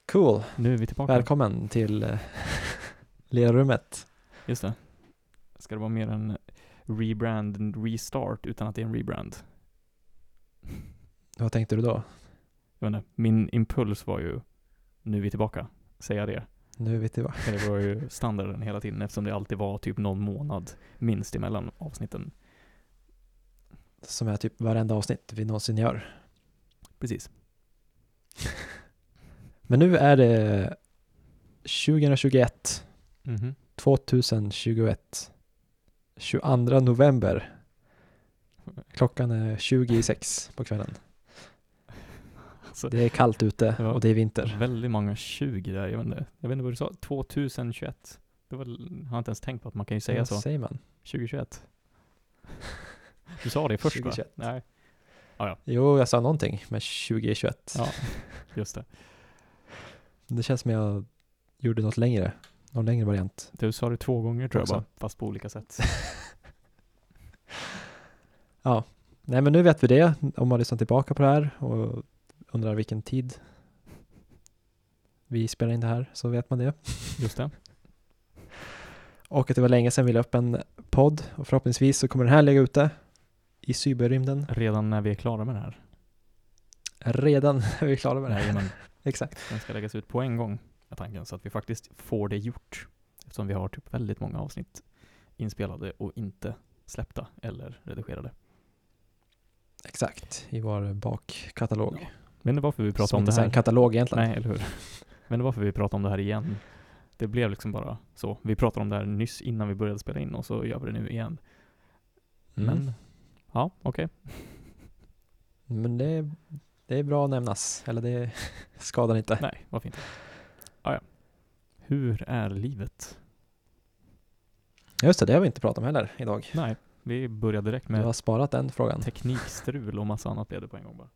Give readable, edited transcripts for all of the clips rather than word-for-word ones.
Cool. Nu är vi tillbaka. Välkommen till lilla rummet. Just det. Ska det vara mer en rebrand, en restart utan att det är en rebrand? Vad tänkte du då? Jag vet inte, min impuls var ju nu är vi tillbaka. Säga det. Nu är vi tillbaka. Men det var ju standarden hela tiden eftersom det alltid var typ någon månad minst emellan avsnitten. Som är typ varenda avsnitt vi någonsin gör. Precis. Men nu är det 2021. Mhm. 2021. 22 november. Klockan är 26 på kvällen. Alltså, Det är kallt ute Ja. och det är vinter. väldigt många 20 där, jag vet inte vad du sa, 2021. Det var, jag har inte ens tänkt på att man kan ju säga Vad så. säger man? 2021. Du sa det först 2021. va? Nej. Jo, jag sa någonting med 2021. Ja, just det. Det känns som jag gjorde något längre. Någon längre variant. Du sa det 2 gånger tror jag Också. bara, fast på olika sätt. Ja, nej men nu vet vi det. Om man lyssnar tillbaka på det här och undrar vilken tid vi spelar in det här så vet man det. Just det. Och att det var länge sedan vi la upp en podd och förhoppningsvis så kommer den här ligga ute i cyberrymden. Redan när vi är klara med det här. Redan är vi klara med det här. Jajamän. Exakt. Den ska läggas ut på en gång, är tanken, så att vi faktiskt får det gjort. Eftersom vi har typ väldigt många avsnitt inspelade och inte släppta eller redigerade. Exakt, i vår bakkatalog. Ja. Men det var varför vi pratade Som om inte det är här. en katalog egentligen. Nej, eller hur? Men det var varför vi pratade om det här igen. Det blev liksom bara så. Vi pratade om det här nyss innan vi började spela in och så gör vi det nu igen. Men, ja, okej. Men det är bra att nämnas. Eller det skadar inte. Nej, varför inte? Ja. Hur är livet? Just det har vi inte pratat om heller idag. Nej, vi börjar direkt Du med har sparat den frågan. teknikstrul och massa annat blev det på en gång bara.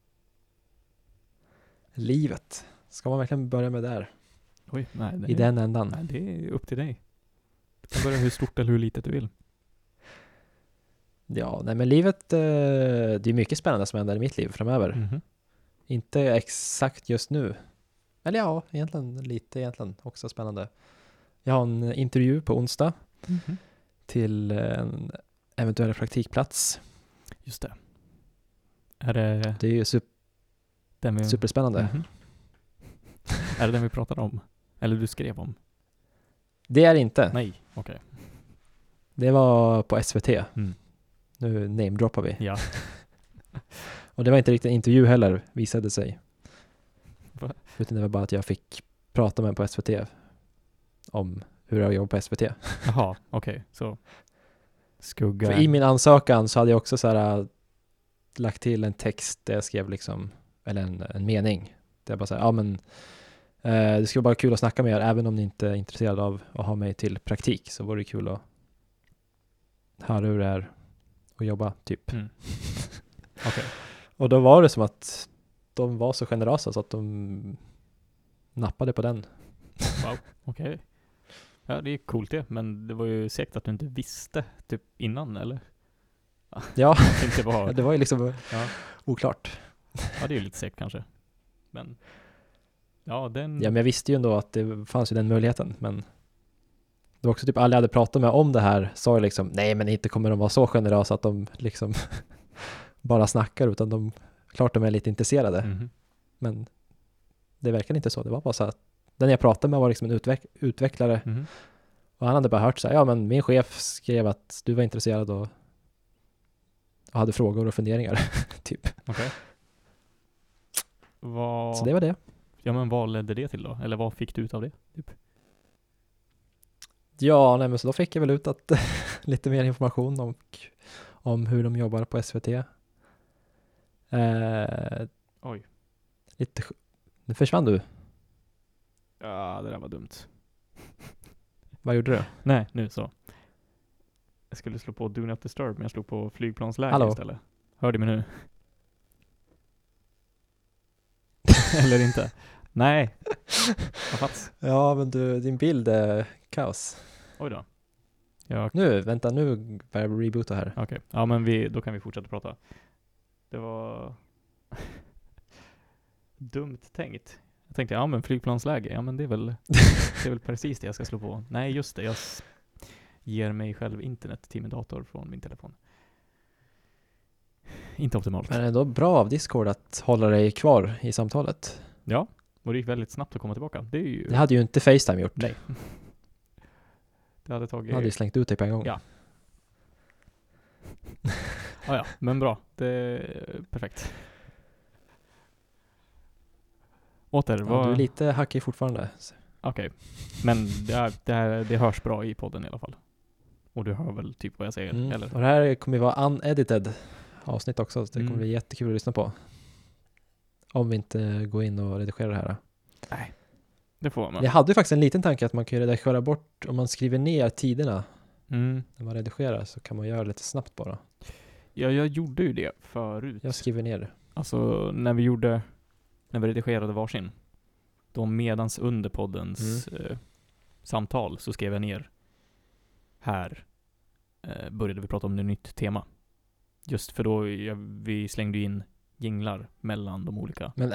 Livet. Ska man verkligen börja med där? Oj, nej. I den ändan. Nej, det är upp till dig. Du kan börja hur stort eller hur litet du vill. Ja, nej men livet, det är mycket spännande som händer i mitt liv framöver. Mhm. Inte exakt just nu. Eller ja, egentligen också spännande. Jag har en intervju på onsdag Mhm. till en eventuell praktikplats. Just det. Är det Det är ju den vi... superspännande. Mhm. Är det den vi pratade om? Eller du skrev om? Det är det inte. Nej, okej. Det var på SVT. Mm. Nu namedroppar vi. Ja. Och det var inte riktigt en intervju heller, visade sig. Va? Utan det var bara att jag fick prata med på SVT om hur jag jobbar på SVT. Jaha, okej. Så skugga... För i min ansökan så hade jag också så här lagt till en text där jag skrev liksom, eller en mening. Där jag bara säger, ja men det skulle vara bara kul att snacka med er även om ni inte är intresserade av att ha mig till praktik, så vore det kul att höra hur det är att jobba typ. Mm. Okej. Och då var det som att de var så generösa så att de nappade på den. Wow, okej. Ja, det är coolt det, men det var ju säkert att du inte visste typ innan, eller? Ja, Inte var... det var ju liksom Ja. oklart. Ja, det är ju lite säkert kanske. Men... Ja, den... Ja, men jag visste ju ändå att det fanns ju den möjligheten, men det var också typ alla jag hade pratat med om det här sa ju liksom, nej men inte kommer de vara så generösa att de liksom bara snackar, utan klart de är lite intresserade. Mhm. Men det verkar inte så. Det var bara så att den jag pratade med var liksom en utvecklare Mhm. och han hade bara hört så här, ja men min chef skrev att du var intresserad och hade frågor och funderingar typ. Okej. Vad... Så det var det. Ja, men vad ledde det till då? Eller vad fick du ut av det? Typ? Ja, nej men så då fick jag väl ut att lite mer information om hur de jobbar på SVT. Oj. Nu försvann du. Ja, det där var dumt. Vad gjorde du? Nej, nu så. Jag skulle slå på Do Not Disturb, men jag slog på flygplansläge Hallå? istället. Hör du mig nu? Eller inte? Nej. Vad fats? Ja, men du, din bild är kaos. Oj då. Ja, Nu börjar vi reboota här. okej. Ja, men då kan vi fortsätta prata. Det var dumt tänkt. Jag tänkte, ja men flygplansläge, ja men det är väl precis det jag ska slå på. Nej just det, jag ger mig själv internet till min dator från min telefon. Inte optimalt. Men det är då bra av Discord att hålla dig kvar i samtalet. Ja, och det gick väldigt snabbt att komma tillbaka. Det är ju... Det hade ju inte FaceTime gjort. Nej. Det hade tagit... Jag hade ju slängt ut dig på en gång. Ja. Ja, men bra. Det är perfekt. Åter, Ja, du är lite hackig fortfarande. Okej. Men det hörs bra i podden i alla fall. Och du hör väl typ vad jag säger, eller? Och det här kommer ju vara unedited avsnitt också, så det kommer bli jättekul att lyssna på. Om vi inte går in och redigerar det här. Nej, det får man. Jag hade ju faktiskt en liten tanke att man kan redigera bort, om man skriver ner tiderna när man redigerar, så kan man göra det lite snabbt bara. Ja, jag gjorde ju det förut. Jag skriver ner det. Alltså när vi redigerade varsin, då medans under poddens samtal så skrev jag ner här började vi prata om ett nytt tema. Just för då vi slängde in jinglar mellan de olika. Men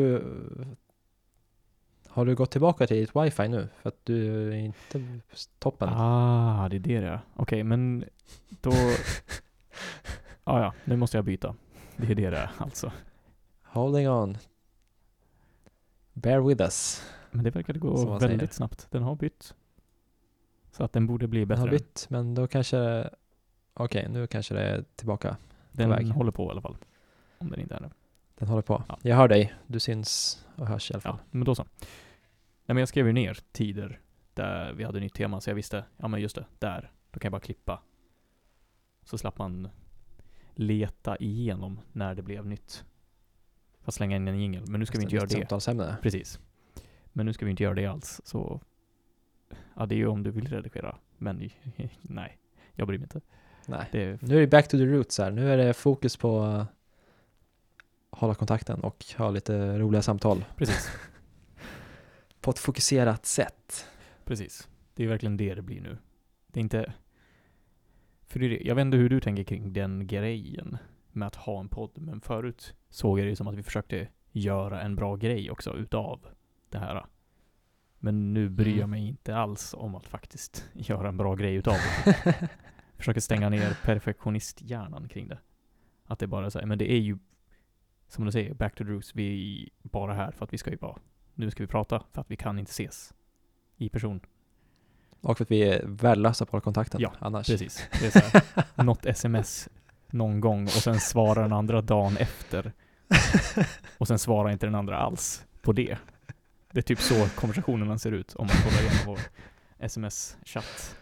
har du gått tillbaka till ditt wifi nu? För att du är inte toppen. Det är det. Okej, men då... ja, nu måste jag byta. Det är det alltså. Holding on. Bear with us. Men det verkar gå väldigt snabbt. Den har bytt. Så att den borde bli bättre. Den har bytt, men då kanske... Okej, nu kanske det är tillbaka. Den håller på i alla fall. Om den inte är nu. Den håller på. Ja. Jag hör dig. Du syns och hörs i alla fall. Ja, men då så. Nej, men jag skrev ju ner tider där vi hade nytt tema. Så jag visste, ja men just det, där. Då kan jag bara klippa. Så slapp man leta igenom när det blev nytt. Fast slänga in en jingle. Men nu ska vi inte göra det. Samtalsämne. Precis. Men nu ska vi inte göra det alls. Så ja, det är ju om du vill redigera. Men nej, jag bryr mig inte. Nej. Nu är det back to the roots här. Nu är det fokus på att hålla kontakten och ha lite roliga samtal. Precis. På ett fokuserat sätt. Precis. Det är verkligen det blir nu. Det är inte... För jag vet inte hur du tänker kring den grejen med att ha en podd. Men förut såg jag det som att vi försökte göra en bra grej också utav det här. Men nu bryr jag mig inte alls om att faktiskt göra en bra grej utav det. Försöker stänga ner perfektionisthjärnan kring det. Att det bara är så här, men det är ju som du säger, back to the roots. Vi är bara här för att vi ska ju bara, nu ska vi prata för att vi kan inte ses i person. Och för att vi är värdelösa på kontakten. Ja, annars. Precis. Det är så här, något sms någon gång och sen svarar den andra dagen efter. Och sen svarar inte den andra alls på det. Det är typ så konversationerna ser ut om man kollar igenom vår sms-chatt.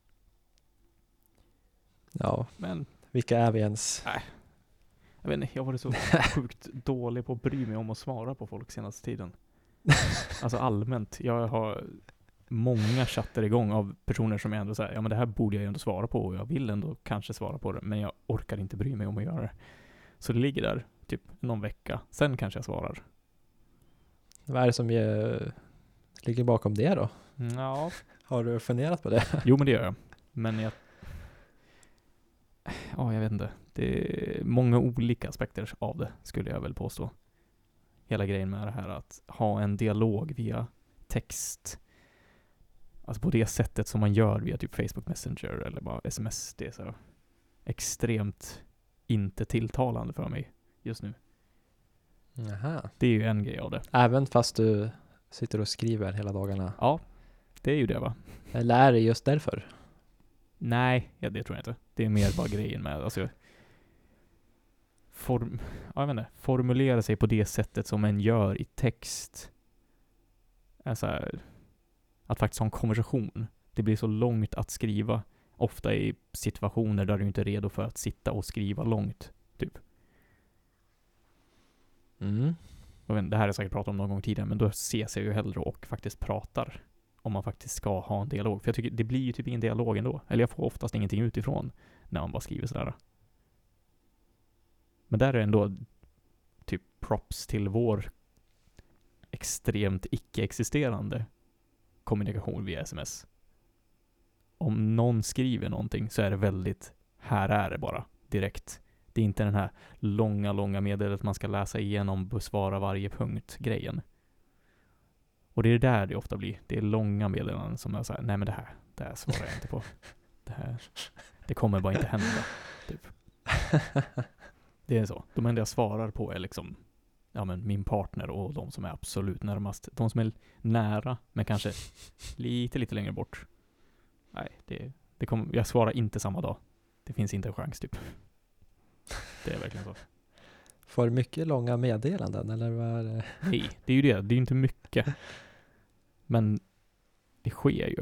Ja, men vilka är vi ens? Nej. Jag vet inte, jag var så sjukt dålig på att bry mig om att svara på folk senaste tiden. Alltså allmänt. Jag har många chatter igång av personer som jag ändå säger, ja men det här borde jag ju ändå svara på och jag vill ändå kanske svara på det, men jag orkar inte bry mig om att göra det. Så det ligger där typ någon vecka. Sen kanske jag svarar. Vad är det som ligger bakom det då? Ja. Har du funderat på det? Jo, men det gör jag. Men jag vet inte. Det är många olika aspekter av det, skulle jag väl påstå. Hela grejen med det här att ha en dialog via text. Alltså på det sättet som man gör via typ Facebook Messenger eller bara sms. Det är så extremt inte tilltalande för mig just nu. Jaha. Det är ju en grej av det. Även fast du sitter och skriver hela dagarna? Ja, det är ju det va? Eller är det just därför? Nej, det tror jag inte. Det är mer bara grejen med alltså, formulera sig på det sättet som en gör i text. Alltså, att faktiskt ha en konversation. Det blir så långt att skriva. Ofta i situationer där du inte är redo för att sitta och skriva långt. Typ. Det här är säkert pratat om någon gång tidigare, men då ses jag ju hellre och faktiskt pratar. Om man faktiskt ska ha en dialog. För jag tycker det blir ju typ ingen dialog ändå. Eller jag får oftast ingenting utifrån när man bara skriver sådär. Men där är ändå typ props till vår extremt icke-existerande kommunikation via sms. Om någon skriver någonting så är det väldigt, här är det bara, direkt. Det är inte den här långa meddelandet man ska läsa igenom, besvara varje punkt grejen. Och det är där det ofta blir. Det är långa meddelanden som är så här, nej men det här svarar jag inte på. Det kommer bara inte hända. Typ. Det är så. De enda jag svarar på är liksom min partner och de som är absolut närmast. De som är nära, men kanske lite längre bort. Nej, jag svarar inte samma dag. Det finns inte en chans typ. Det är verkligen så. Får du mycket långa meddelanden eller vad är det? Nej, det är ju det. Det är inte mycket. Men det sker ju.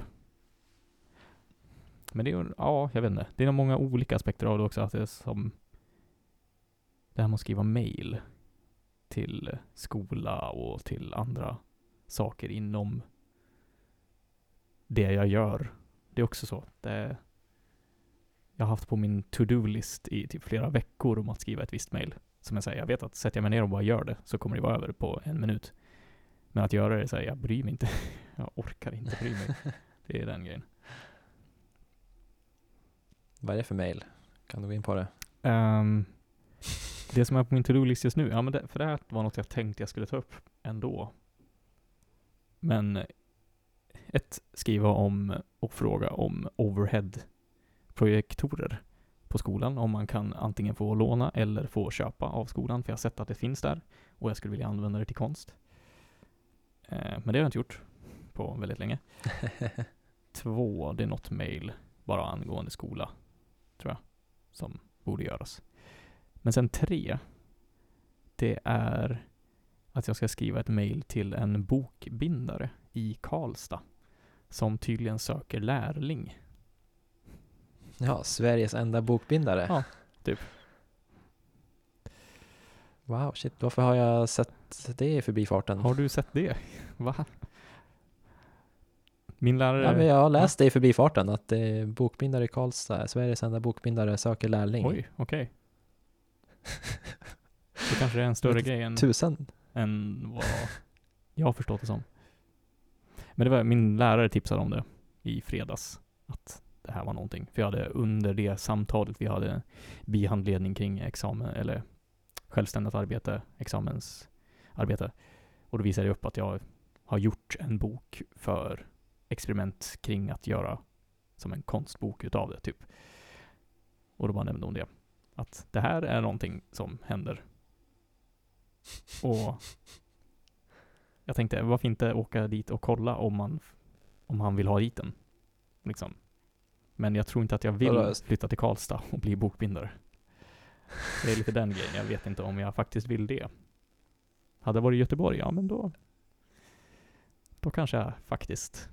Men det är ju, jag vet inte. Det är nog många olika aspekter av det också. Att det är som det här med att skriva mejl till skola och till andra saker inom det jag gör. Det är också så. Jag har haft på min to-do-list i typ flera veckor om att skriva ett visst mejl. Som jag säger, jag vet att sätter jag mig ner och bara gör det så kommer det vara över på 1 minut. Men att göra det så här, jag bryr mig inte. Jag orkar inte bry mig. Det är den grejen. Vad är det för mejl? Kan du gå in på det? Det som är på min to-do-list just nu, för det här var något jag tänkte jag skulle ta upp ändå. Men skriva om och fråga om overhead-projektorer på skolan. Om man kan antingen få låna eller få köpa av skolan. För jag har sett att det finns där och jag skulle vilja använda det till konst. Men det har jag inte gjort på väldigt länge. 2, det är något mejl bara angående skola, tror jag, som borde göras. Men sen 3, det är att jag ska skriva ett mejl till en bokbindare i Karlstad som tydligen söker lärling. Ja, Sveriges enda bokbindare. Ja, typ. Wow, shit. Varför har jag sett det i förbifarten? Har du sett det? Va? Min lärare... Ja, men jag har läst det i förbifarten att det är bokbindare i Karlstad. Sveriges enda bokbindare söker lärling. Oj, okej. Det kanske är en större grej än 1000 än vad jag har förstått det som. Men det var min lärare tipsade om det i fredags. Att det här var någonting. För jag hade under det samtalet, vi hade bihandledning kring examen eller självständigt arbete, examensarbete. Och då visade jag upp att jag har gjort en bok för experiment kring att göra som en konstbok utav det typ. Och då bara nämnde hon det. Att det här är någonting som händer. Och jag tänkte, varför inte åka dit och kolla om han vill ha dit den. Liksom. Men jag tror inte att jag vill flytta till Karlstad och bli bokbindare. Det är lite den grejen. Jag vet inte om jag faktiskt vill det. Hade det varit i Göteborg, ja men då kanske jag faktiskt.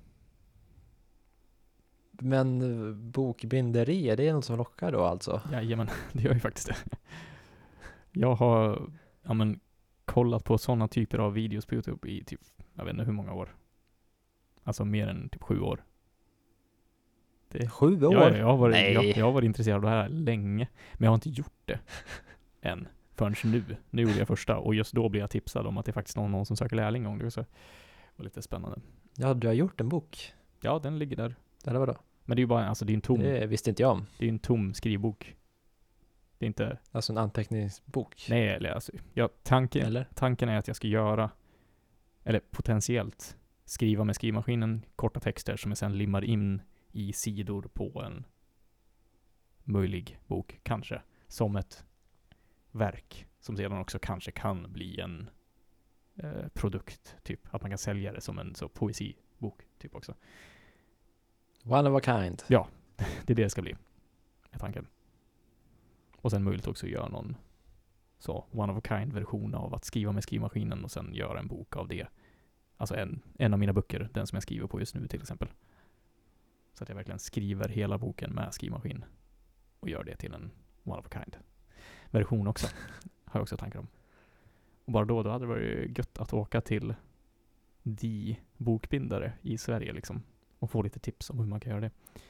Men bokbinderi, är det något som lockar då alltså? Jajamän, det gör ju faktiskt det. Jag har kollat på sådana typer av videos på YouTube i typ, jag vet inte hur många år. Alltså mer än typ 7 år. 7 år? Ja, jag har varit intresserad av det här länge. Men jag har inte gjort det än. Förrän nu. Nu gjorde jag första. Och just då blev jag tipsad om att det är faktiskt någon som söker lärling om det. Så det var lite spännande. Ja, du har gjort en bok? Ja, den ligger där. Eller vadå? Men det är ju bara, alltså det är en tom. Det visste inte jag om. Det är en tom skrivbok. Det är inte... Alltså en anteckningsbok? Nej, eller alltså, tanken är att jag ska göra, eller potentiellt skriva med skrivmaskinen korta texter som jag sedan limmar in i sidor på en möjlig bok, kanske. Som ett verk som sedan också kanske kan bli en produkt, typ. Att man kan sälja det som en så poesibok, typ också. One of a kind. Ja, det är det ska bli. Är tanken. Och sen möjligt också göra någon så one of a kind version av att skriva med skrivmaskinen och sen göra en bok av det. Alltså en av mina böcker, den som jag skriver på just nu till exempel. Så att jag verkligen skriver hela boken med skrivmaskin och gör det till en one of a kind version också. Har jag också tankar om. Och bara då hade det varit gött att åka till de bokbindare i Sverige liksom och få lite tips om hur man kan göra det.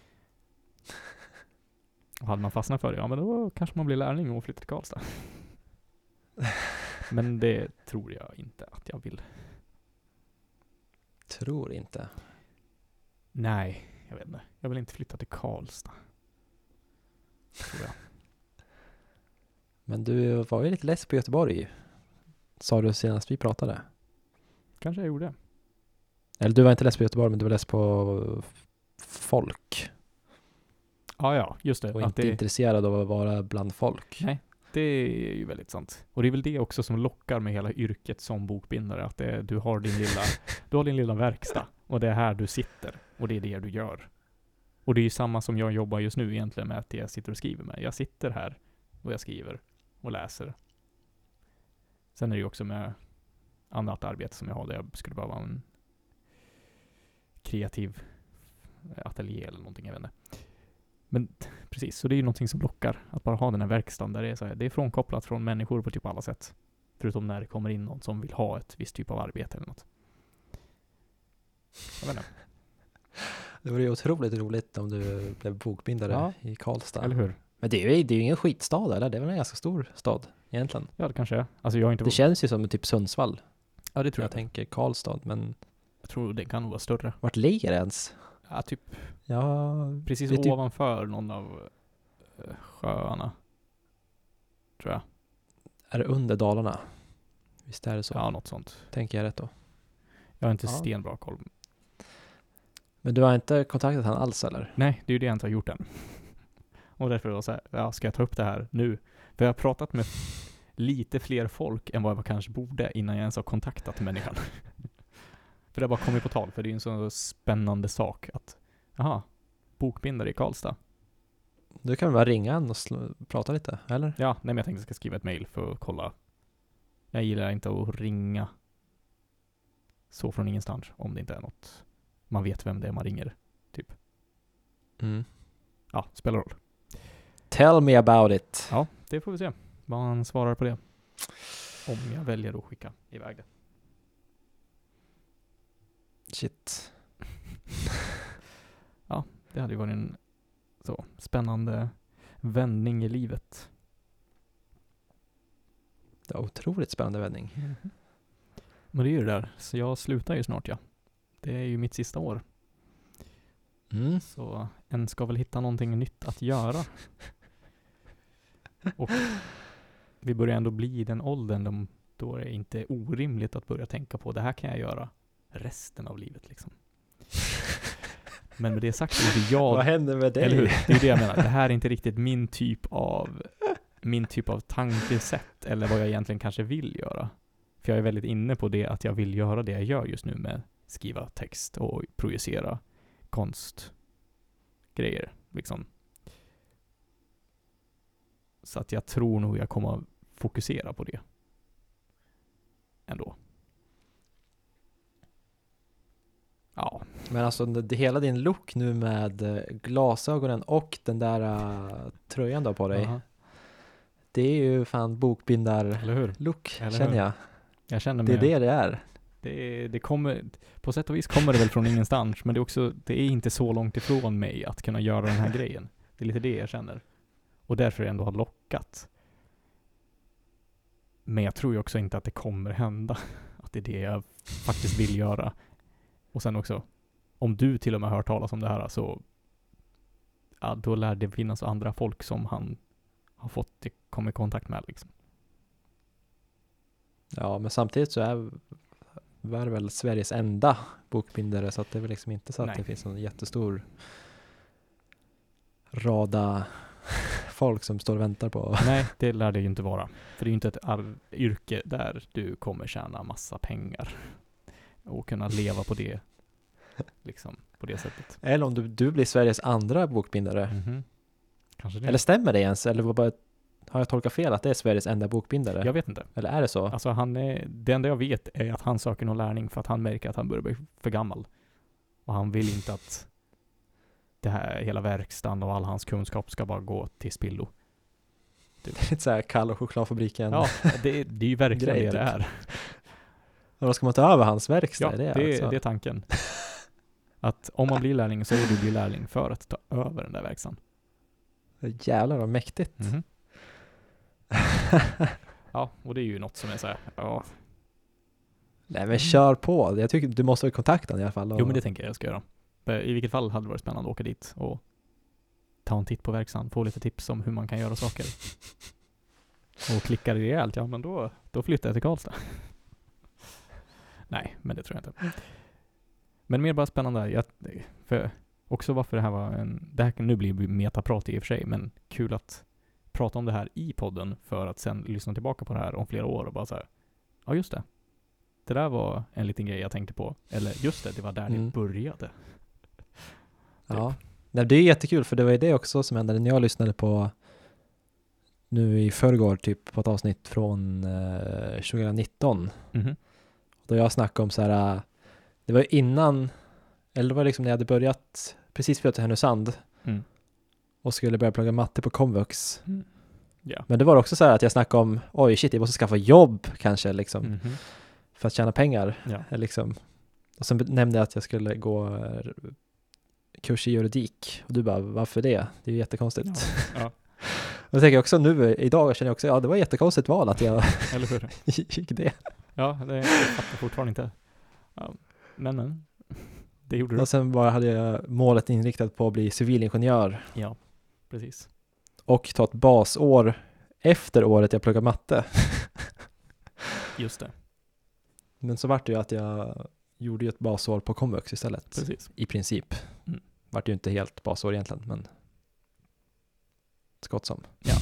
Och hade man fastnat för det, ja men då kanske man blir lärling och flyttar till Karlstad. Men det tror jag inte att jag vill. Tror inte. Nej, jag vet inte. Jag vill inte flytta till Karlstad. Tror jag. Men du var ju lite less på Göteborg. Sa du senast vi pratade? Kanske jag gjorde. Eller du var inte läst på Göteborg, men du var läst på folk. Ja, just det. Och Att inte intresserad av att vara bland folk. Nej, det är ju väldigt sant. Och det är väl det också som lockar med hela yrket som bokbindare. Att du har din lilla verkstad. Och det är här du sitter. Och det är det du gör. Och det är ju samma som jag jobbar just nu egentligen med att jag sitter och skriver med. Jag sitter här och jag skriver och läser. Sen är det ju också med annat arbete som jag har där jag skulle behöva en kreativ ateljé eller någonting, jag vet inte. Men precis, så det är ju någonting som lockar att bara ha den här verkstaden där det är så här, det är frånkopplat från människor på typ alla sätt. Förutom när det kommer in någon som vill ha ett visst typ av arbete eller något. Jag vet inte. Det vore ju otroligt roligt om du blev bokbindare i Karlstad. Eller hur? Men det är ju ingen skitstad, eller? Det är väl en ganska stor stad egentligen. Ja, det kanske är. Alltså jag har inte... Det känns ju som typ Sundsvall. Ja, det tror jag. Jag tänker Karlstad, men... Jag tror det kan nog vara större. Vart ligger det ens? Ja, typ Ja... precis det är typ... ovanför någon av sjöarna. Tror jag. Är det under Dalarna? Visst är det så? Ja, något sånt. Tänker jag rätt då? Jag har inte stenbra koll. Men du har inte kontaktat han alls, eller? Nej, det är ju det jag inte har gjort än. Och därför var det så här, ja, ska jag ta upp det här nu? För jag har pratat med lite fler folk än vad jag kanske borde innan jag ens har kontaktat människan. För det har bara kommit på tal, för det är ju en så spännande sak att, jaha, bokbindare i Karlstad. Du kan väl bara ringa han och prata lite, eller? Ja, nej, men jag tänkte att jag ska skriva ett mejl för att kolla. Jag gillar inte att ringa så från ingenstans om det inte är något man vet vem det är man ringer, typ. Mm. Ja, spelar roll. Tell me about it. Ja, det får vi se vad han svarar på det. Om jag väljer att skicka iväg det. Shit. Ja, det hade ju varit en så spännande vändning i livet. Det var otroligt spännande vändning. Mm. Men det är ju det där. Så jag slutar ju snart, ja. Det är ju mitt sista år. Mm. Så en ska väl hitta någonting nytt att göra. Och vi börjar ändå bli i den åldern då det är inte orimligt att börja tänka på det här kan jag göra resten av livet liksom. Men med det sagt är det jag... Vad händer med dig? Eller hur? Det är det jag menar. Det här är inte riktigt min typ av tankesätt eller vad jag egentligen kanske vill göra. För jag är väldigt inne på det att jag vill göra det jag gör just nu med skriva text och projicera konstgrejer liksom. Så att jag tror nog jag kommer att fokusera på det ändå. Ja. Men alltså hela din look nu med glasögonen och den där tröjan du har på dig. Uh-huh. Det är ju fan bokbindar-look, känner jag. Jag känner mig. Det är det är. Det kommer, på sätt och vis kommer det väl från ingenstans, men det är inte så långt ifrån mig att kunna göra den här grejen. Det är lite det jag känner. Och därför jag ändå har lockat. Men jag tror ju också inte att det kommer hända. Att det är det jag faktiskt vill göra. Och sen också, om du till och med hör talas om det här så ja, då lär det finnas andra folk som han har fått komma i kontakt med liksom. Ja, men samtidigt så var det väl Sveriges enda bokbindare, så att det är väl liksom inte så att det finns en jättestor rada folk som står och väntar på. Nej, det lär det ju inte vara. För det är ju inte ett yrke där du kommer tjäna massa pengar och kunna leva på det liksom, på det sättet. Eller om du blir Sveriges andra bokbindare. Mm-hmm. Kanske det. Eller stämmer det ens? Eller har jag tolkat fel att det är Sveriges enda bokbindare? Jag vet inte. Eller är det så? Alltså det enda jag vet är att han söker någon lärning för att han märker att han börjar bli för gammal. Och han vill inte att det här, hela verkstaden och all hans kunskap ska bara gå till spillo. Det är lite såhär Kalle och chokladfabriken. Ja, det är ju verkligen grej, det är. Och då ska man ta över hans verkstad? Ja, det är tanken. Att om man blir lärling så är du blir lärling för att ta över den där verkstaden. Jävlar vad mäktigt. Mm-hmm. Ja, och det är ju något som är så här, ja. Nej, men kör på. Jag tycker du måste ha kontakten i alla fall. Jo, men det tänker jag ska göra. I vilket fall hade det varit spännande att åka dit och ta en titt på verkstaden, få lite tips om hur man kan göra saker. Och klickar det rejält, ja men då flyttar jag till Karlstad. Nej, men det tror jag inte. Men mer bara spännande. För också varför det här var det här kan nu bli metaprat i och för sig, men kul att prata om det här i podden för att sen lyssna tillbaka på det här om flera år och bara så här, ja just det. Det där var en liten grej jag tänkte på. Eller just det var där det började. Ja, nej, det är jättekul för det var ju det också som hände när jag lyssnade på nu i förrgår typ på ett avsnitt från 2019. Då jag snackade om så här, det var innan, eller det var liksom när jag hade börjat precis flyttat till Härnösand och skulle börja plugga matte på komvux. Yeah. Men det var också så här att jag snackade om, oj shit, jag måste skaffa jobb kanske liksom för att tjäna pengar. Liksom. Och sen nämnde jag att jag skulle gå kurs i juridik och du bara, varför det? Det är ju jättekonstigt. Ja. Och jag tänker också nu, idag känner jag också, ja det var ett jättekonstigt val att jag Eller hur? gick det. Ja, det fattar fortfarande inte. Ja, men det gjorde du. Och sen bara hade jag målet inriktat på att bli civilingenjör. Ja, precis. Och ta ett basår efter året jag pluggade matte. Just det. Men så vart det ju att jag gjorde ju ett basår på komvux istället. Precis. I princip. Vart ju inte helt basår egentligen, men skott som. Ja.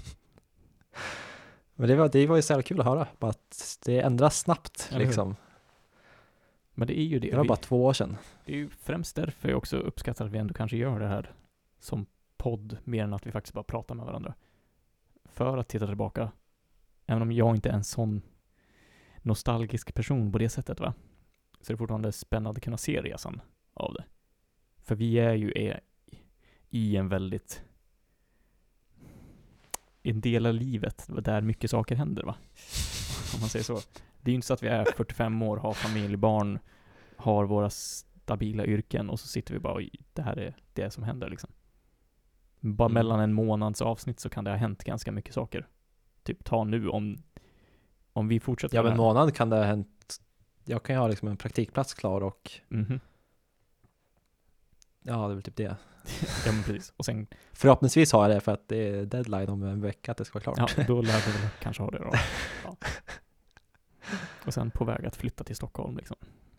Men det var ju så jävla kul att höra. Bara att det ändras snabbt liksom. Men det är ju det. Det var bara 2 år sedan. Det är ju främst därför jag också uppskattar att vi ändå kanske gör det här som podd mer än att vi faktiskt bara pratar med varandra. För att titta tillbaka. Även om jag inte är en sån nostalgisk person på det sättet va. Så är det fortfarande spännande att kunna se resan av det. För vi är ju i en väldigt en del av livet där mycket saker händer va. Om man säger så. Det är ju inte så att vi är 45 år, har familj, barn, har våra stabila yrken och så sitter vi bara och det här är det som händer liksom. Bara mellan en månads avsnitt så kan det ha hänt ganska mycket saker. Typ ta nu om vi fortsätter. Ja men månad kan det ha hänt. Jag kan ju ha liksom en praktikplats klar och ja det är väl typ det. Ja men precis. Och sen förhoppningsvis har jag det för att det är deadline om en vecka att det ska vara klart. Ja, då lär vi väl kanske ha det då. Ja. Och sen på väg att flytta till Stockholm liksom.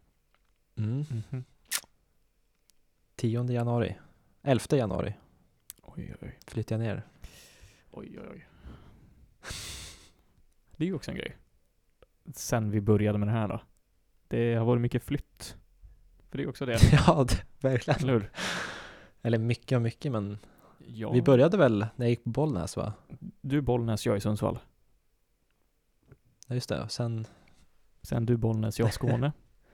10 januari. 11 januari. Oj. Flyttar jag ner. Oj. Det är ju också en grej. Sen vi började med det här då. Det har varit mycket flytt. För det är också det. Ja, verkligen. Eller hur? Eller mycket, men ja. Vi började väl när jag gick på Bollnäs va? Du Bollnäs, jag i Sundsvall. Ja just det, sen du Bollnäs, jag Skåne.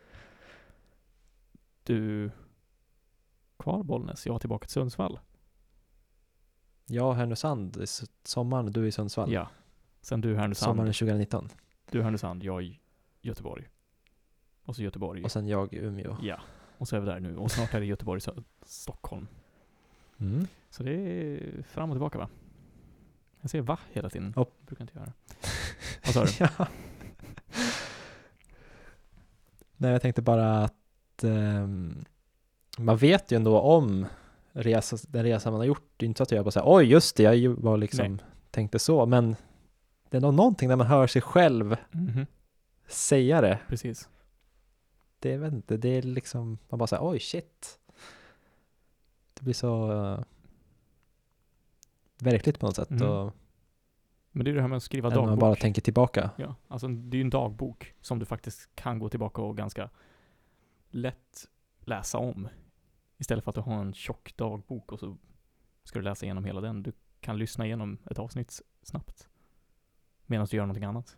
Du kvar Bollnäs, jag tillbaka till Sundsvall. Jag Härnösand i sommaren, du i Sundsvall. Ja, sen du Härnösand. Sommaren 2019. Du Härnösand, jag i Göteborg. Och så Göteborg. Och sen jag Umeå. Ja, och så är vi där nu. Och snart är det Göteborg, Stockholm. Så det är fram och tillbaka va? Jag säger va hela tiden. Brukar inte göra. Vad sa du? Ja. Nej, jag tänkte bara att man vet ju ändå om den resan man har gjort. Det är inte så att jag bara säger oj just det, jag var liksom tänkte så. Men det är nog någonting där man hör sig själv säga det. Precis. Det vet inte, det är liksom man bara säger oj shit. Det blir så verkligt på något sätt. Och men det är det här med att skriva dagbok. Man bara tänker tillbaka. Ja, alltså det är ju en dagbok som du faktiskt kan gå tillbaka och ganska lätt läsa om. Istället för att du har en tjock dagbok och så ska du läsa igenom hela den. Du kan lyssna igenom ett avsnitt snabbt medan du gör någonting annat.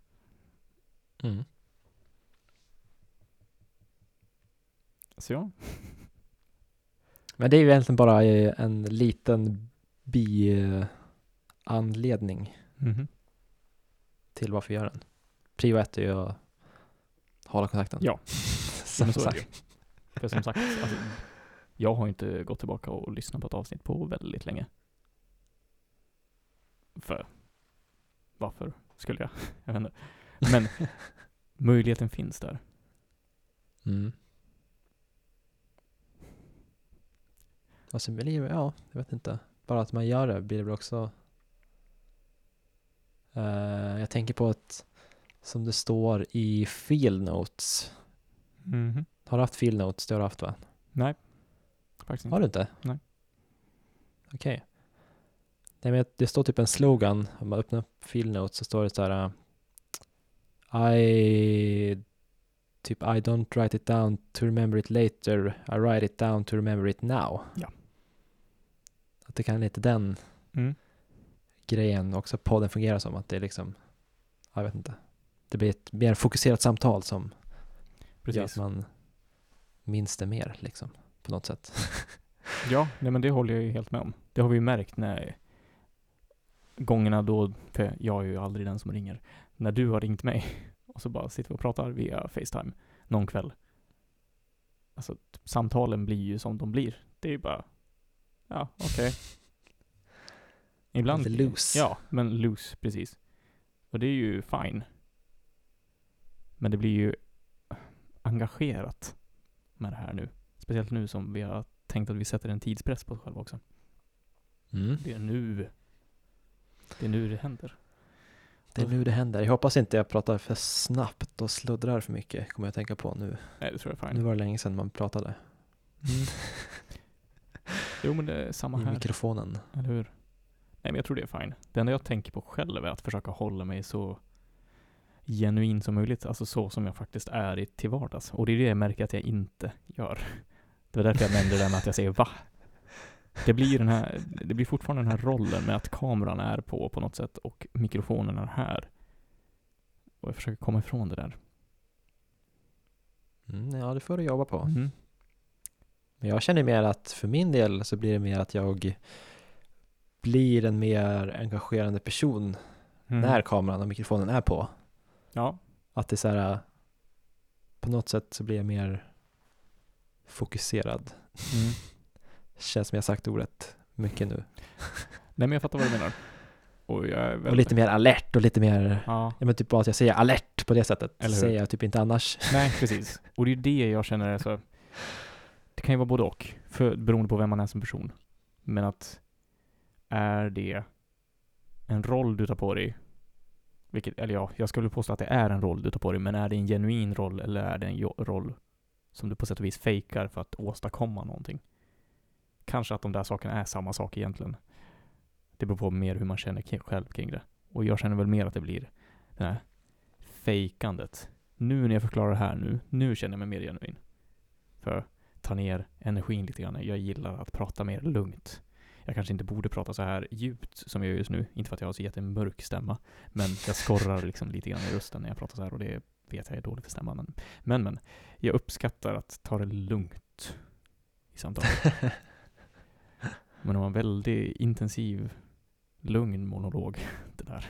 Så ja. Men det är ju egentligen bara en liten anledning till varför vi gör den. Prio 1 är ju att hålla kontakten. Ja, som så sagt. är det ju. För som sagt, alltså, jag har inte gått tillbaka och lyssnat på ett avsnitt på väldigt länge. För varför skulle jag? Jag vet inte. Men möjligheten finns där. Alltså, ja, jag vet inte. Bara att man gör det blir det väl också. Jag tänker på att som det står i Field Notes Mhm. Har du haft Field Notes? Det har du haft, va? Nej, faktiskt inte. Har du inte? Nej. Okej. Nej, men det står typ en slogan. Om man öppnar upp Field Notes så står det så här I don't write it down to remember it later. I write it down to remember it now. Ja. Att det kan lite den Mm. grejen också podden fungerar som. Att det är liksom, jag vet inte. Det blir ett mer fokuserat samtal som gör att Precis. man minns det mer liksom. På något sätt. Ja, nej, men det håller jag ju helt med om. Det har vi ju märkt när gångerna då, för jag är ju aldrig den som ringer, när du har ringt mig och så bara sitter vi och pratar via FaceTime någon kväll. Alltså samtalen blir ju som de blir. Det är ju bara, ja, okej. Ibland. Lite loose. Ja, men loose, precis. Och det är ju fine. Men det blir ju engagerat med det här nu. Speciellt nu som vi har tänkt att vi sätter en tidspress på oss själva också. Mm. Det är nu det händer. Det är nu det händer. Jag hoppas inte jag pratar för snabbt och sluddrar för mycket. Kommer jag att tänka på nu. Nej, det tror jag är Nu fine. var det länge sedan man pratade Mm. Jo, men det är samma i här. mikrofonen. Eller hur? Nej, men jag tror det är fine. Det enda jag tänker på själv är att försöka hålla mig så genuin som möjligt. Alltså så som jag faktiskt är till vardags. Och det är det jag märker att jag inte gör. Det var därför jag nämnde det där med att jag säger va? Det blir fortfarande den här rollen med att kameran är på något sätt och mikrofonen är här. Och jag försöker komma ifrån det där. Ja, det får du jobba på. Mm. Men jag känner mer att för min del så blir det mer att jag blir en mer engagerande person när kameran och mikrofonen är på. Ja. Att det är så här, på något sätt så blir jag mer fokuserad. Mm. Känns som jag sagt ordet mycket nu. Nej, men jag fattar vad du menar. Och jag är Och lite mer alert och lite mer, Ja. ja men typ bara att jag säger alert på det sättet. Eller hur? Säger jag typ inte annars. Nej, precis. Och det är det jag känner är så. Det kan ju vara både och. Beroende på vem man är som person. Men att är det en roll du tar på dig? Eller ja, jag skulle påstå att det är en roll du tar på dig. Men är det en genuin roll eller är det en roll som du på sätt och vis fejkar för att åstadkomma någonting? Kanske att de där sakerna är samma sak egentligen. Det beror på mer hur man känner själv kring det. Och jag känner väl mer att det blir det här fejkandet. Nu när jag förklarar det här nu känner jag mig mer genuin. För ta ner energin lite grann. Jag gillar att prata mer lugnt. Jag kanske inte borde prata så här djupt som jag gör just nu. Inte för att jag har så jättemörk stämma. Men jag skorrar liksom lite grann i rösten när jag pratar så här. Och det vet jag är dåligt för stämman. Men jag uppskattar att ta det lugnt i samtalet. Men det var en väldigt intensiv, lugn monolog det där.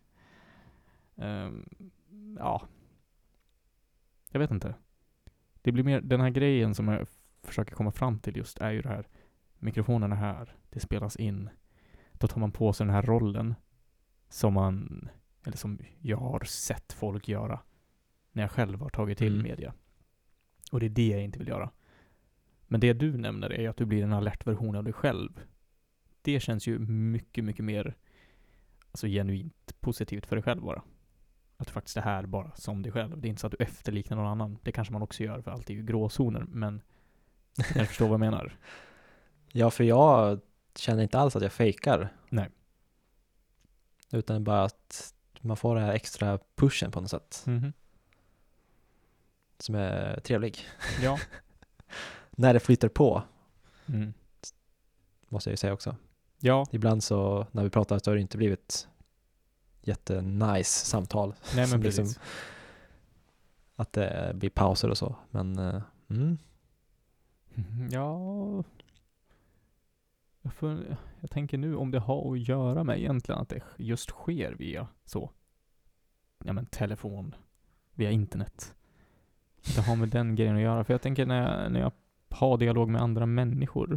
Ja. Jag vet inte. Det blir mer, den här grejen som jag försöker komma fram till just är ju det här. Mikrofonen är här. Det spelas in. Då tar man på sig den här rollen som jag har sett folk göra när jag själv har tagit till media. Och det är det jag inte vill göra. Men det du nämner är att du blir en alert version av dig själv. Det känns ju mycket, mycket mer alltså genuint positivt för dig själv bara. Att du faktiskt är här bara som dig själv. Det är inte så att du efterliknar någon annan. Det kanske man också gör för allt är ju gråzoner. Men jag förstår vad jag menar. Ja, för jag känner inte alls att jag fejkar. Nej. Utan bara att man får den här extra pushen på något sätt. Mhm. Som är trevlig. Ja. När det flyter på, Mm. måste jag ju säga också. Ja. Ibland så, när vi pratar så har det inte blivit jättenice samtal. Nej, som men precis. liksom, att det blir pauser och så. Men, Ja. Jag tänker nu om det har att göra med egentligen att det just sker via så. Ja, men telefon. Via internet. Det har med den grejen att göra. För jag tänker när jag har dialog med andra människor.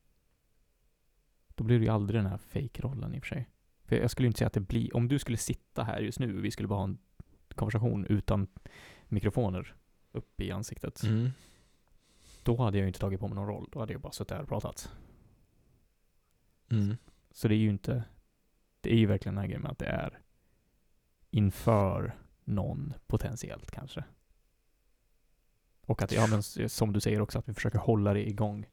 Då blir det ju aldrig den här fake-rollen i och för sig. För jag skulle inte säga att det blir. Om du skulle sitta här just nu och vi skulle bara ha en konversation utan mikrofoner upp i ansiktet. Då hade jag ju inte tagit på mig någon roll. Då hade jag bara suttit här och pratat. Så det är ju inte. Det är ju verkligen den här grejen med att det är inför någon potentiellt kanske. Och att, ja men som du säger också, att vi försöker hålla det igång.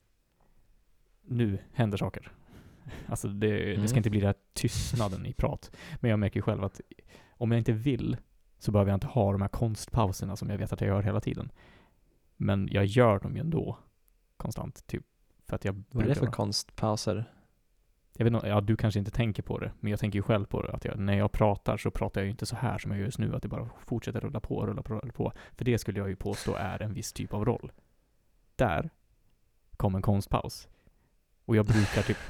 Nu händer saker. Alltså det ska inte bli den här tystnaden i prat. Men jag märker ju själv att om jag inte vill så behöver jag inte ha de här konstpauserna som jag vet att jag gör hela tiden. Men jag gör dem ju ändå konstant. Typ för att jag Vad är det för konstpauser? Jag vet inte, ja, du kanske inte tänker på det, men jag tänker ju själv på det. Att när jag pratar så pratar jag ju inte så här som jag gör just nu, att det bara fortsätter rulla på. För det skulle jag ju påstå är en viss typ av roll. Där kom en konstpaus. Och jag brukar typ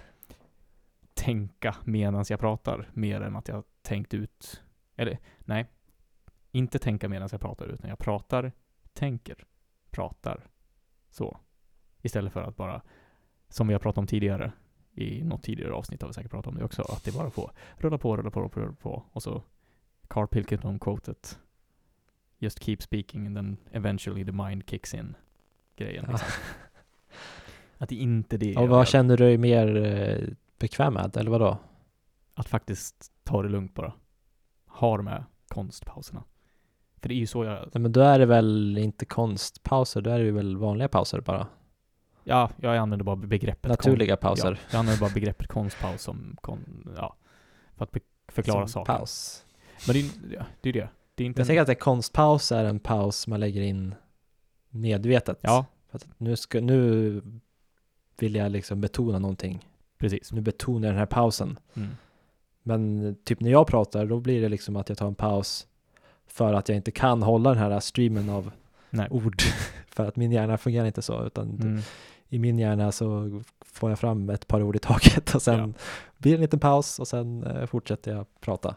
tänka medan jag pratar, mer än att jag tänkt ut. Eller, nej. Inte tänka medan jag pratar, utan jag pratar, tänker, pratar. Så. Istället för att bara, som vi har pratat om tidigare, i något tidigare avsnitt har vi säkert pratat om det också, att det bara får rulla på. Och så Carl Pilkington-quotet. Just keep speaking and then eventually the mind kicks in. Grejen. Ja. Liksom. Att det inte det. Och vad känner du dig mer bekväm med, eller vadå? Att faktiskt ta det lugnt bara. Ha de här konstpauserna. För det är ju så jag... Nej, men då är det väl inte konstpauser, då är det väl vanliga pauser bara. Ja, jag använder bara begreppet naturliga pauser. Ja, jag använder bara begreppet konstpaus som för att förklara som saker. Paus. Men det är det. Det är inte jag tänker att en konstpaus är en paus man lägger in medvetet. Ja. För att nu vill jag liksom betona någonting. Precis. Nu betonar jag den här pausen. Mm. Men typ när jag pratar, då blir det liksom att jag tar en paus för att jag inte kan hålla den här streamen av ord. För att min hjärna fungerar inte så, utan i min hjärna så får jag fram ett par ord i taget och sen blir det en liten paus och sen fortsätter jag prata.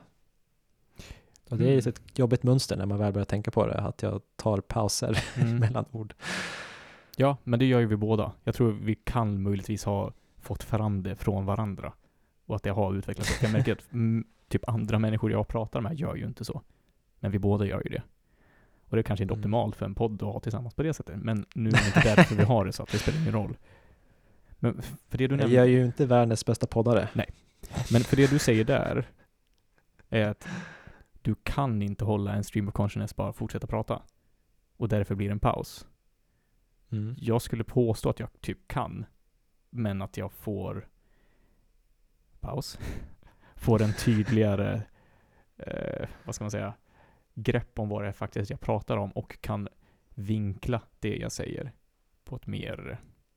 Och det är ju ett jobbigt mönster när man väl börjar tänka på det, att jag tar pauser mellan ord. Ja, men det gör ju vi båda. Jag tror vi kan möjligtvis ha fått fram det från varandra och att det har utvecklats. Jag märker att typ andra människor jag pratar med gör ju inte så. Men vi båda gör ju det. Och det är kanske inte optimalt för en podd att ha tillsammans på det sättet. Men nu är det inte därför vi har det, så att det spelar ingen roll. Men för det du nämner... Jag är ju inte världens bästa poddare. Nej. Men för det du säger där är att du kan inte hålla en stream of consciousness bara fortsätta prata. Och därför blir det en paus. Jag skulle påstå att jag typ kan. Men att jag får paus. Får en tydligare vad ska man säga, grepp om vad det är faktiskt jag pratar om och kan vinkla det jag säger på ett mer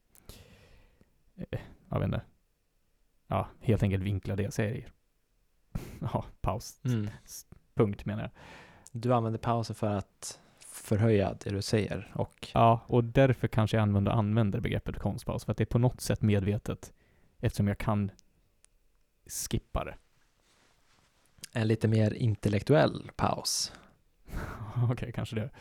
jag vet inte. Ja, helt enkelt vinkla det jag säger. Ja, paus. Punkt menar jag. Du använder pausen för att förhöja det du säger. Ja, och därför kanske jag använder begreppet konstpaus. För att det är på något sätt medvetet. Eftersom jag kan skippa det. En lite mer intellektuell paus. Okej, kanske det.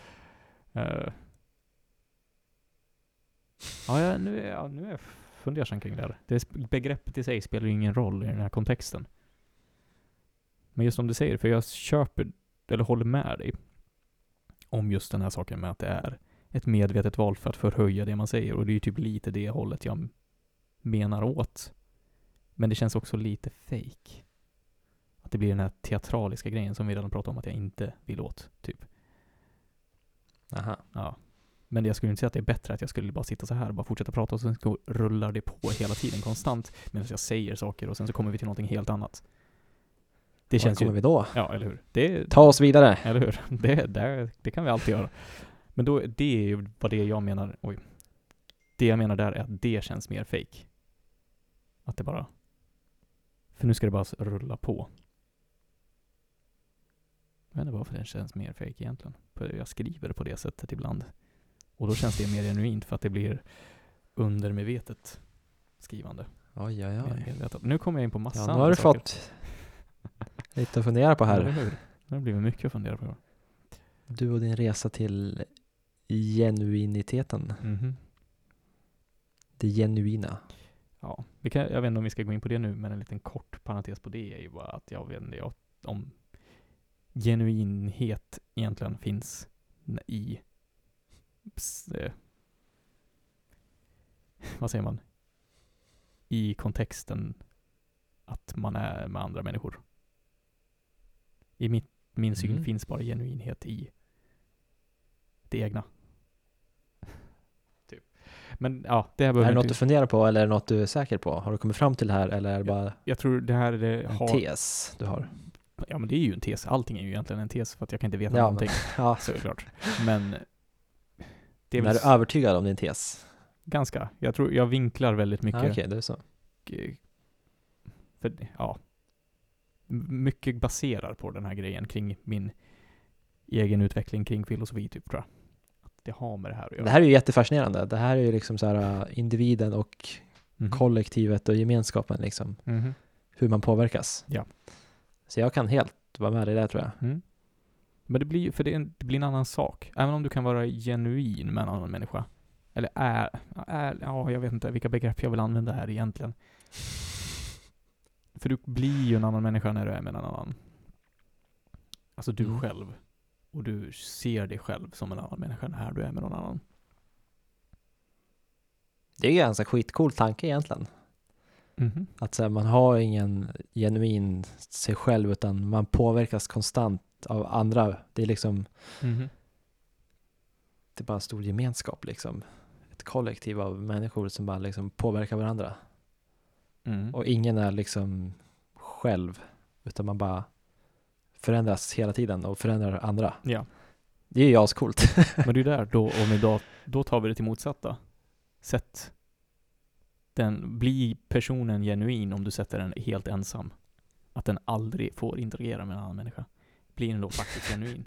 Nu är jag fundersam kring det här. Begreppet i sig spelar ju ingen roll i den här kontexten. Men just som du säger, för jag köper eller håller med dig om just den här saken med att det är ett medvetet val för att förhöja det man säger. Och det är ju typ lite det hållet jag menar åt. Men det känns också lite fake. Att det blir den här teatraliska grejen som vi redan pratade om att jag inte vill åt, typ. Aha. Ja. Men jag skulle inte säga att det är bättre att jag skulle bara sitta så här och bara fortsätta prata och sen rullar det på hela tiden konstant medan jag säger saker och sen så kommer vi till någonting helt annat. Det känns kommer vi då? Ja, eller hur? Ta oss vidare. Eller hur? Det kan vi alltid göra. Men då, det är ju vad det jag menar. Oj. Det jag menar där är att det känns mer fake. Att det bara... För nu ska det bara rulla på. Jag vet inte varför det känns mer fake egentligen. Jag skriver på det sättet ibland. Och då känns det mer genuint för att det blir undermedvetet skrivande. Oj. Nu kommer jag in på massa nu har du saker. Fått lite att fundera på här. Eller hur? Det blir mycket att fundera på. Du och din resa till genuiniteten. Det genuina. Ja, jag vet inte om vi ska gå in på det nu, men en liten kort parentes på det är ju bara att jag vet inte om genuinhet egentligen finns i vad säger man? I kontexten att man är med andra människor. I min syn finns bara genuinhet i det egna. Men ja, det här Är behöver det något inte... du funderar på eller är det något du är säker på? Har du kommit fram till det här eller är det bara Jag tror det här är... en tes du har? Ja, men det är ju en tes. Allting är ju egentligen en tes för att jag kan inte veta Ja, någonting. Ja, Såklart. Men... Det är men är väl du övertygad om din tes? ganska. Jag tror jag vinklar väldigt mycket. Okej, det är så. För, ja. Mycket baserar på den här grejen kring min egen utveckling kring filosofi typ, tror jag. Att det har med det här att göra. Det här är ju jättefascinerande. Det här är ju liksom så här individen och kollektivet och gemenskapen liksom. Mhm. Hur man påverkas. Ja. Så jag kan helt vara med i det tror jag. Mm. Men det blir för det blir en annan sak. Även om du kan vara genuin med en annan människa. Eller ja, jag vet inte vilka begrepp jag vill använda här egentligen. För du blir ju en annan människa när du är med en annan. Alltså du själv. Och du ser dig själv som en annan människa när du är med någon annan. Det är ju en ganska skitcool tanke egentligen. Mhm. Att så här, man har ingen genuin sig själv utan man påverkas konstant av andra. Det är liksom Mhm. det är bara en stor gemenskap liksom. Ett kollektiv av människor som bara liksom påverkar varandra. Mm. Och ingen är liksom själv utan man bara förändras hela tiden och förändrar andra. Ja. Det är ju ascoolt. Men det är där, då tar vi det till motsatta sätt. Blir personen genuin om du sätter den helt ensam? Att den aldrig får interagera med en annan människa. Blir den då faktiskt genuin?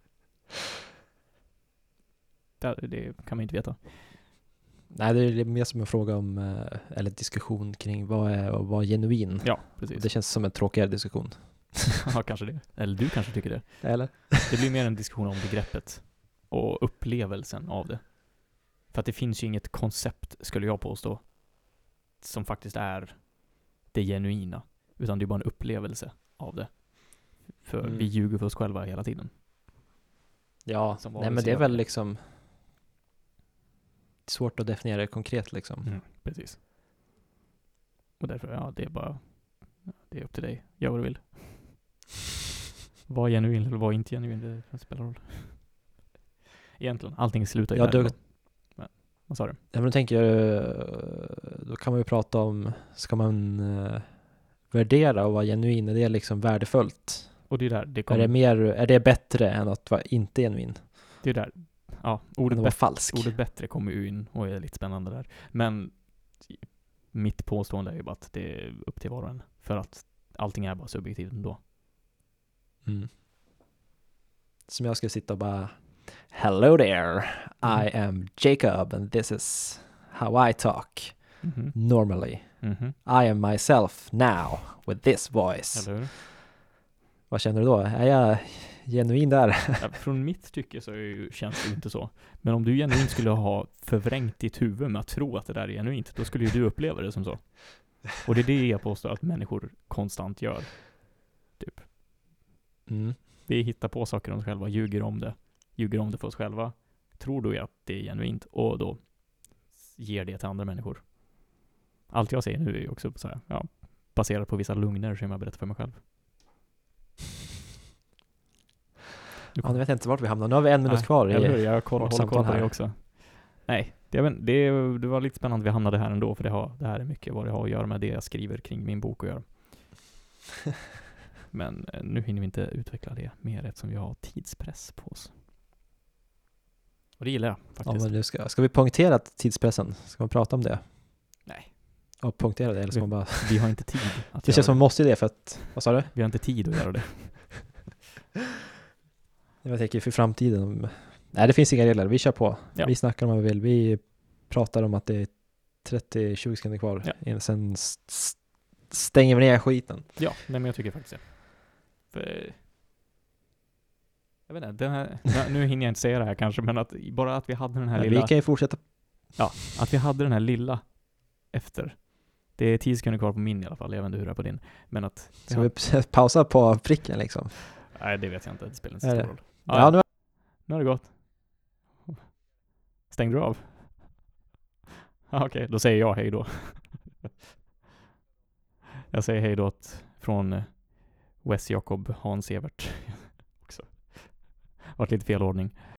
Det kan man inte veta. Nej, det är mer som en fråga om eller diskussion kring vad är att vara genuin. Ja, precis. Det känns som en tråkigare diskussion. Ja, kanske det. Eller du kanske tycker det. Eller? Det blir mer en diskussion om begreppet och upplevelsen av det. För att det finns ju inget koncept, skulle jag påstå, som faktiskt är det genuina. Utan det är bara en upplevelse av det. För vi ljuger för oss själva hela tiden. Ja, nej men det är väl liksom svårt att definiera det konkret liksom. Mm, precis. Och därför, ja, det är upp till dig. Gör vad du vill. Var genuin eller var inte genuin, det spelar roll. Egentligen, allting slutar ju där. Men, vad sa du? Ja, men då tänker jag, då kan man ju prata om, ska man värdera och vara genuin, är det liksom värdefullt? Och det är där, är det bättre än att vara inte genuin? Det är där, ja, ordet bättre kommer ju in och är lite spännande där. Men mitt påstående är ju bara att det är upp till var och en. För att allting är bara subjektivt ändå. Mm. Som jag skulle sitta och bara hello there, I am Jacob and this is how I talk normally. I am myself now with this voice. Eller hur? Vad känner du då? Är jag genuin där? Ja, från mitt tycke så känns det ju inte så. Men om du genuint skulle ha förvrängt ditt huvud med att tro att det där är genuint, då skulle ju du uppleva det som så. Och det är det jag påstår att människor konstant gör. Typ. Vi hittar på saker om oss själva, ljuger om det för oss själva, tror du att det är genuint och då ger det till andra människor. Allt jag säger nu är ju också så här, ja, baserat på vissa lugner som jag berättar för mig själv. Ja, nu vet jag inte vart vi hamnar. Nu har vi 1 minut kvar. Jag håller koll på det också. Nej, det var lite spännande vi hamnade här ändå, för det här är mycket vad det har att göra med det jag skriver kring min bok att göra. Men nu hinner vi inte utveckla det mer eftersom vi har tidspress på oss. Och det gillar jag faktiskt. Ja, men ska vi punktera tidspressen? Ska man prata om det? Nej. Och punktera det? Eller ska man bara... Vi har inte tid att det känns som man måste det för att... Vad sa du? Vi har inte tid att göra det. Jag tänker för framtiden. Nej, det finns inga regler. Vi kör på. Ja. Vi snackar om vad vi vill. Vi pratar om att det är 30-20 sekunder kvar. Ja. Sen stänger vi ner skiten. Ja, nej, men jag tycker faktiskt det. För... Jag vet inte, nu hinner jag inte säga det här kanske, men att bara att vi hade den här lilla... Vi kan ju fortsätta. Ja, att vi hade den här lilla efter. Det är 10 sekunder kvar på min i alla fall. Jag vet inte hur det är på din. Men att... Ska vi pausa på pricken liksom? Nej, det vet jag inte. Det spelar inte så stor roll. Ja, nu har det gått. Stängde du av? Okej, då säger jag hej då. Jag säger hej då från Wes Jacob Hans Evert också. Vart lite fel ordning.